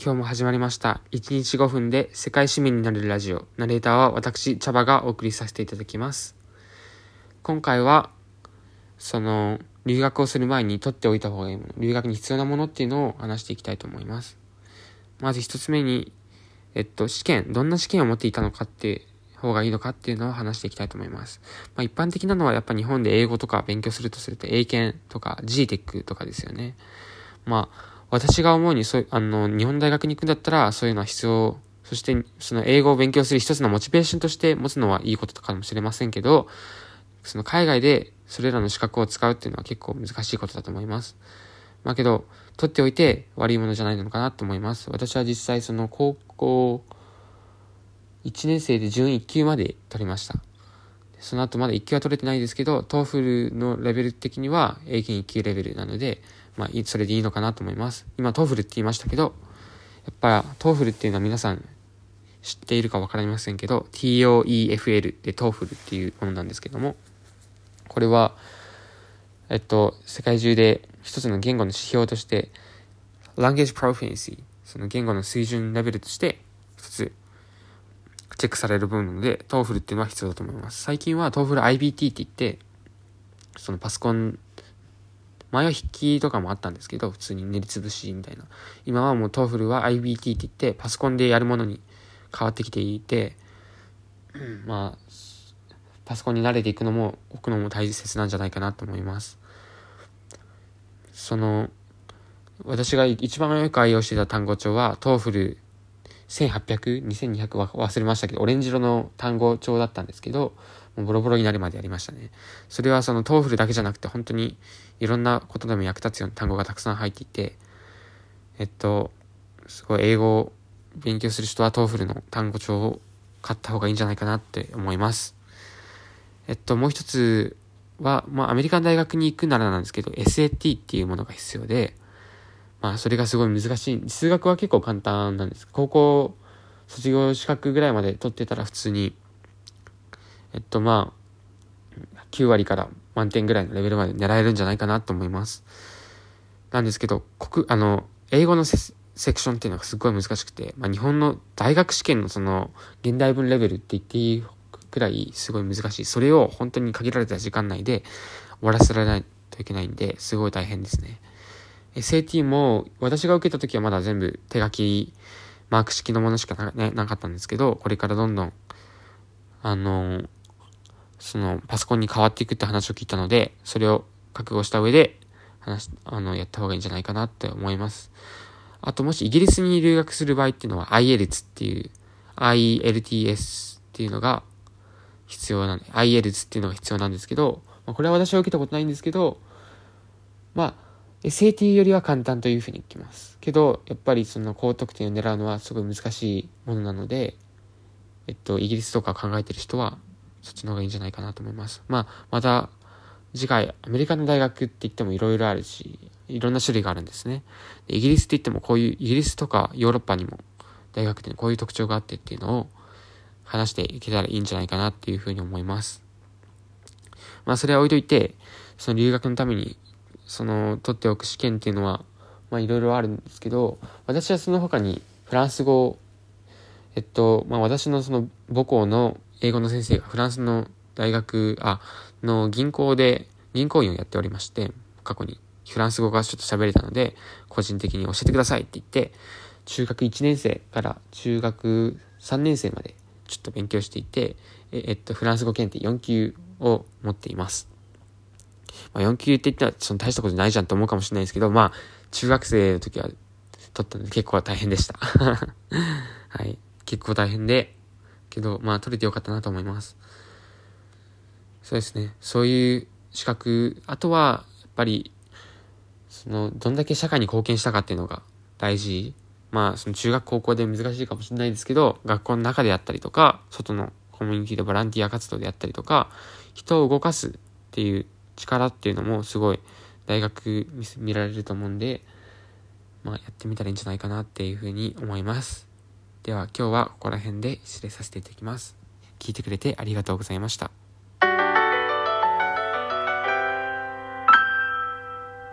今日も始まりました。1日5分で世界市民になれるラジオ。ナレーターは私、茶葉がお送りさせていただきます。今回は、留学をする前に取っておいた方がいいもの、留学に必要なものっていうのを話していきたいと思います。まず一つ目に、どんな試験を持っていたのかって方がいいのかっていうのを話していきたいと思います。一般的なのはやっぱ日本で英語とか勉強するとすると英検とか GTEC とかですよね。私が思うに日本大学に行くんだったらそういうのは必要。そしてその英語を勉強する一つのモチベーションとして持つのはいいことかもしれませんけど、その海外でそれらの資格を使うっていうのは結構難しいことだと思います。けど取っておいて悪いものじゃないのかなと思います。私は実際その高校1年生で準1級まで取りました。その後まだ1級は取れてないですけど、TOEFL のレベル的には英検1級レベルなので、それでいいのかなと思います。今 TOEFL って言いましたけど、やっぱ TOEFL っていうのは皆さん知っているかわかりませんけど、TOEFL で TOEFL っていうものなんですけども、これは世界中で一つの言語の指標として、Language Proficiency、その言語の水準レベルとして一つチェックされる部分なので、TOEFL っていうのは必要だと思います。最近は TOEFL IBT って言って、そのパソコン、前は筆記とかもあったんですけど、普通に練りつぶしみたいな。今はもう TOEFL は IBT って言って、パソコンでやるものに変わってきていて、パソコンに慣れていくのも、置くのも大切なんじゃないかなと思います。私が一番よく愛用していた単語帳は、TOEFL 1800、2200忘れましたけど、オレンジ色の単語帳だったんですけど、もうボロボロになるまでやりましたね。それはそのTOEFLだけじゃなくて、本当にいろんなことでも役立つような単語がたくさん入っていて、すごい英語を勉強する人はTOEFLの単語帳を買った方がいいんじゃないかなって思います。もう一つは、アメリカの大学に行くならなんですけど、SAT っていうものが必要で、それがすごい難しい。数学は結構簡単なんです。高校卒業資格ぐらいまで取ってたら普通に、9割から満点ぐらいのレベルまで狙えるんじゃないかなと思います。なんですけど、英語のセクションっていうのがすごい難しくて、日本の大学試験のその現代文レベルって言っていいくらいすごい難しい。それを本当に限られた時間内で終わらせられないといけないんで、すごい大変ですね。SAT も私が受けた時はまだ全部手書きマーク式のものしかなかったんですけど、これからどんどんそのパソコンに変わっていくって話を聞いたので、それを覚悟した上でやった方がいいんじゃないかなって思います。あともしイギリスに留学する場合っていうのは IELTS っていう IELTS っていうのが必要なんで、IELTS っていうのが必要なんですけど、これは私は受けたことないんですけど、SAT よりは簡単というふうに聞きますけど、やっぱりその高得点を狙うのはすごい難しいものなので、イギリスとか考えてる人はそっちの方がいいんじゃないかなと思います。また次回アメリカの大学って言ってもいろいろあるし、いろんな種類があるんですね。イギリスって言ってもこういうイギリスとかヨーロッパにも大学でこういう特徴があってっていうのを話していけたらいいんじゃないかなっていうふうに思います。それは置いといて、その留学のために取っておく試験っていうのは、いろいろあるんですけど、私はその他にフランス語、私のその母校の英語の先生がフランスの大学、の銀行員をやっておりまして、過去にフランス語がちょっと喋れたので、個人的に教えてくださいって言って、中学1年生から中学3年生までちょっと勉強していて、フランス語検定4級を持っています。4級って言ったらその大したことないじゃんと思うかもしれないですけど、中学生の時は取ったので結構大変でした。はい。結構大変で、けど、取れてよかったなと思います。そうですね。そういう資格、あとは、やっぱり、どんだけ社会に貢献したかっていうのが大事。その中学高校で難しいかもしれないですけど、学校の中であったりとか、外のコミュニティでボランティア活動であったりとか、人を動かすっていう力っていうのもすごい大学見られると思うんで、やってみたらいいんじゃないかなっていうふうに思います。では今日はここら辺で失礼させていただきます。聞いてくれてありがとうございました。